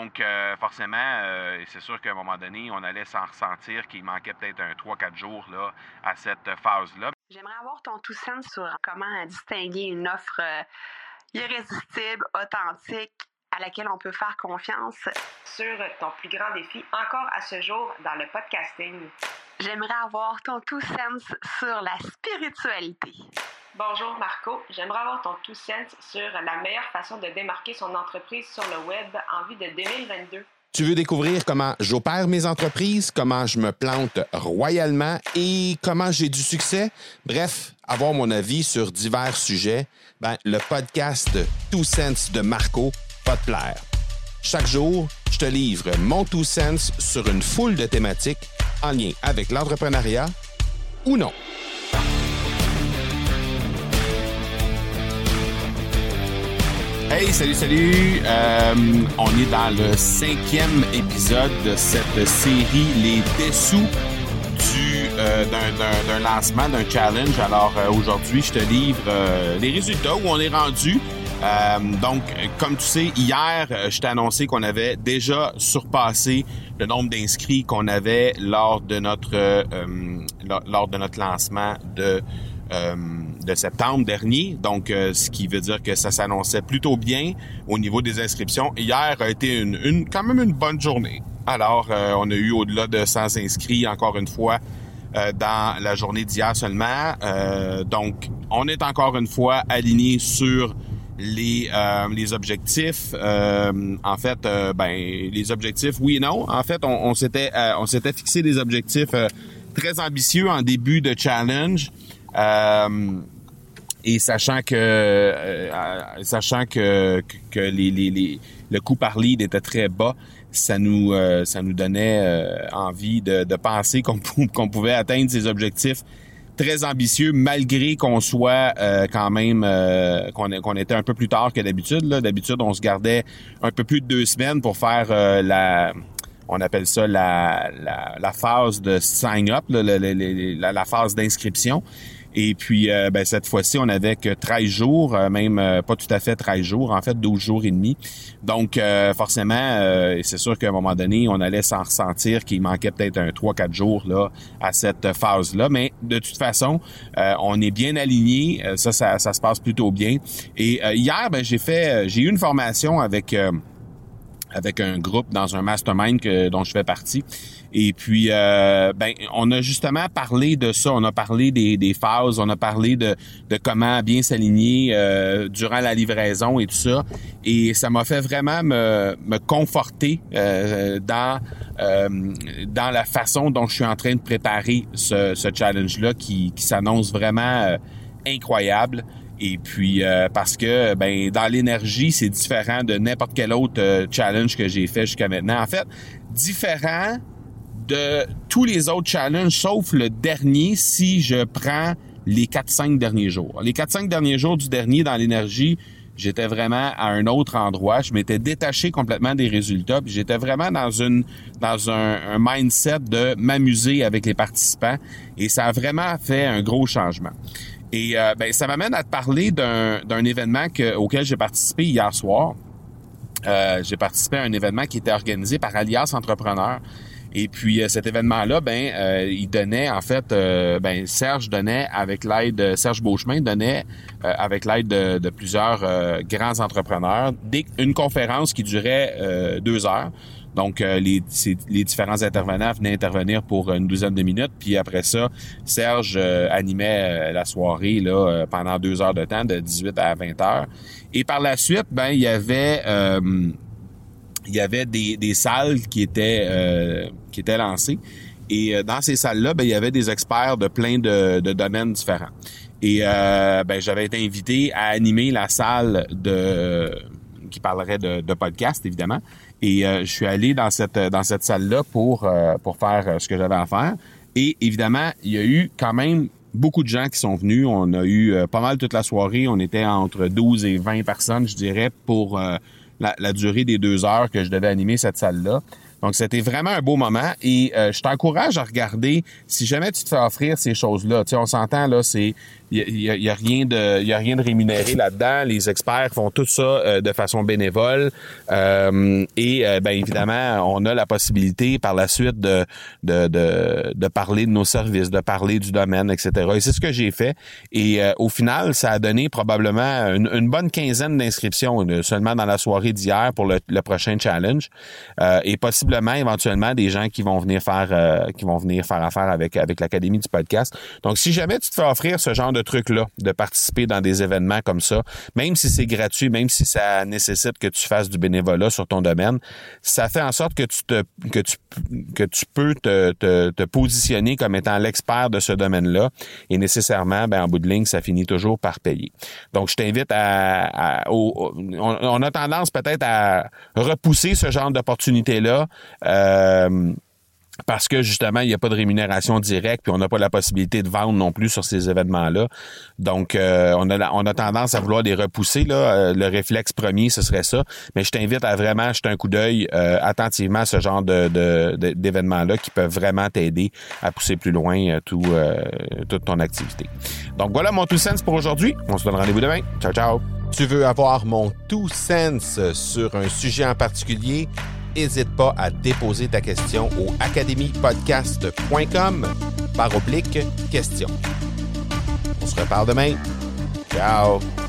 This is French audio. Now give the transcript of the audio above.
Donc, forcément, c'est sûr qu'à un moment donné, on allait s'en ressentir qu'il manquait peut-être un 3-4 jours là, à cette phase-là. J'aimerais avoir ton tout sens sur comment distinguer une offre irrésistible, authentique, à laquelle on peut faire confiance. Sur ton plus grand défi encore à ce jour dans le podcasting. J'aimerais avoir ton tout sens sur la spiritualité. Bonjour Marco, j'aimerais avoir ton tout sens sur la meilleure façon de démarquer son entreprise sur le web en vue de 2022. Tu veux découvrir comment j'opère mes entreprises, comment je me plante royalement et comment j'ai du succès? Bref, avoir mon avis sur divers sujets, le podcast Two Cents de Marco va te plaire. Chaque jour, je te livre mon Two Cents sur une foule de thématiques en lien avec l'entrepreneuriat ou non. Hey, salut! On est dans le 5e épisode de cette série Les Dessous d'un lancement, d'un challenge. Alors aujourd'hui, je te livre les résultats, où on est rendu. Donc, comme tu sais, hier, je t'ai annoncé qu'on avait déjà surpassé le nombre d'inscrits qu'on avait lors de notre lancement de septembre dernier. Donc, ce qui veut dire que ça s'annonçait plutôt bien au niveau des inscriptions. Hier a été quand même une bonne journée. Alors, on a eu au-delà de 100 inscrits, encore une fois, dans la journée d'hier seulement. Donc, on est encore une fois aligné sur les objectifs. En fait, les objectifs, oui et non. En fait, on s'était fixé des objectifs très ambitieux en début de challenge. Et sachant que le coût par lead était très bas, ça nous donnait envie de penser qu'on pouvait atteindre ces objectifs très ambitieux, malgré qu'on soit quand même qu'on était un peu plus tard que d'habitude. Là. D'habitude, on se gardait un peu plus de 2 semaines pour faire on appelle ça la phase de sign-up, la phase d'inscription. Et puis, cette fois-ci, on n'avait que 13 jours, même pas tout à fait 13 jours, en fait 12 jours et demi. Donc, forcément, c'est sûr qu'à un moment donné, on allait s'en ressentir qu'il manquait peut-être un 3-4 jours là à cette phase-là. Mais de toute façon, on est bien alignés. Ça se passe plutôt bien. Et hier, j'ai eu une formation avec un groupe dans un mastermind dont je fais partie. Et puis, on a justement parlé de ça. On a parlé des phases, on a parlé de comment bien s'aligner durant la livraison et tout ça. Et ça m'a fait vraiment me conforter dans la façon dont je suis en train de préparer ce challenge-là qui s'annonce vraiment incroyable. Et puis, parce que dans l'énergie, c'est différent de n'importe quel autre challenge que j'ai fait jusqu'à maintenant. En fait, différent de tous les autres challenges, sauf le dernier, si je prends les 4-5 derniers jours. Les 4-5 derniers jours du dernier dans l'énergie, j'étais vraiment à un autre endroit. Je m'étais détaché complètement des résultats. Puis j'étais vraiment dans un mindset de m'amuser avec les participants. Et ça a vraiment fait un gros changement. Et ça m'amène à te parler d'un événement auquel j'ai participé hier soir. J'ai participé à un événement qui était organisé par Alias Entrepreneur. Et puis cet événement-là, il donnait en fait, Serge Beauchemin donnait avec l'aide de plusieurs grands entrepreneurs une conférence qui durait 2 heures. Donc, les différents intervenants venaient intervenir pour une 12aine de minutes. Puis après ça, Serge animait la soirée là pendant 2 heures de temps, de 18 à 20 heures. Et par la suite, il y avait des salles qui étaient lancées. Et dans ces salles-là, il y avait des experts de plein de domaines différents. Et j'avais été invité à animer la salle qui parlerait de podcast, évidemment. Et je suis allé dans cette salle-là pour faire ce que j'avais à faire. Et évidemment, il y a eu quand même beaucoup de gens qui sont venus. On a eu pas mal toute la soirée. On était entre 12 et 20 personnes, je dirais, pour la durée des 2 heures que je devais animer cette salle-là. Donc, c'était vraiment un beau moment et je t'encourage à regarder si jamais tu te fais offrir ces choses-là. Tu sais, on s'entend, là, il y a rien de rémunéré là-dedans. Les experts font tout ça de façon bénévole. Bien évidemment, on a la possibilité par la suite de parler de nos services, de parler du domaine, etc. Et c'est ce que j'ai fait. Et au final, ça a donné probablement une bonne quinzaine d'inscriptions seulement dans la soirée d'hier pour le prochain challenge. Et possiblement, éventuellement, des gens qui vont venir faire affaire avec l'Académie du podcast. Donc, si jamais tu te fais offrir ce genre de truc-là, de participer dans des événements comme ça, même si c'est gratuit, même si ça nécessite que tu fasses du bénévolat sur ton domaine, ça fait en sorte que tu peux te positionner comme étant l'expert de ce domaine-là et nécessairement, en bout de ligne, ça finit toujours par payer. Donc, je t'invite on a tendance peut-être à repousser ce genre d'opportunité-là parce que justement, il n'y a pas de rémunération directe puis on n'a pas la possibilité de vendre non plus sur ces événements-là. Donc, on a tendance à vouloir les repousser. Là. Le réflexe premier, ce serait ça. Mais je t'invite à vraiment jeter un coup d'œil attentivement à ce genre d'événements-là qui peuvent vraiment t'aider à pousser plus loin toute ton activité. Donc, voilà mon 2 cents pour aujourd'hui. On se donne rendez-vous demain. Ciao, ciao! Tu veux avoir mon 2 cents sur un sujet en particulier? N'hésite pas à déposer ta question au academypodcast.com/question. On se reparle demain. Ciao!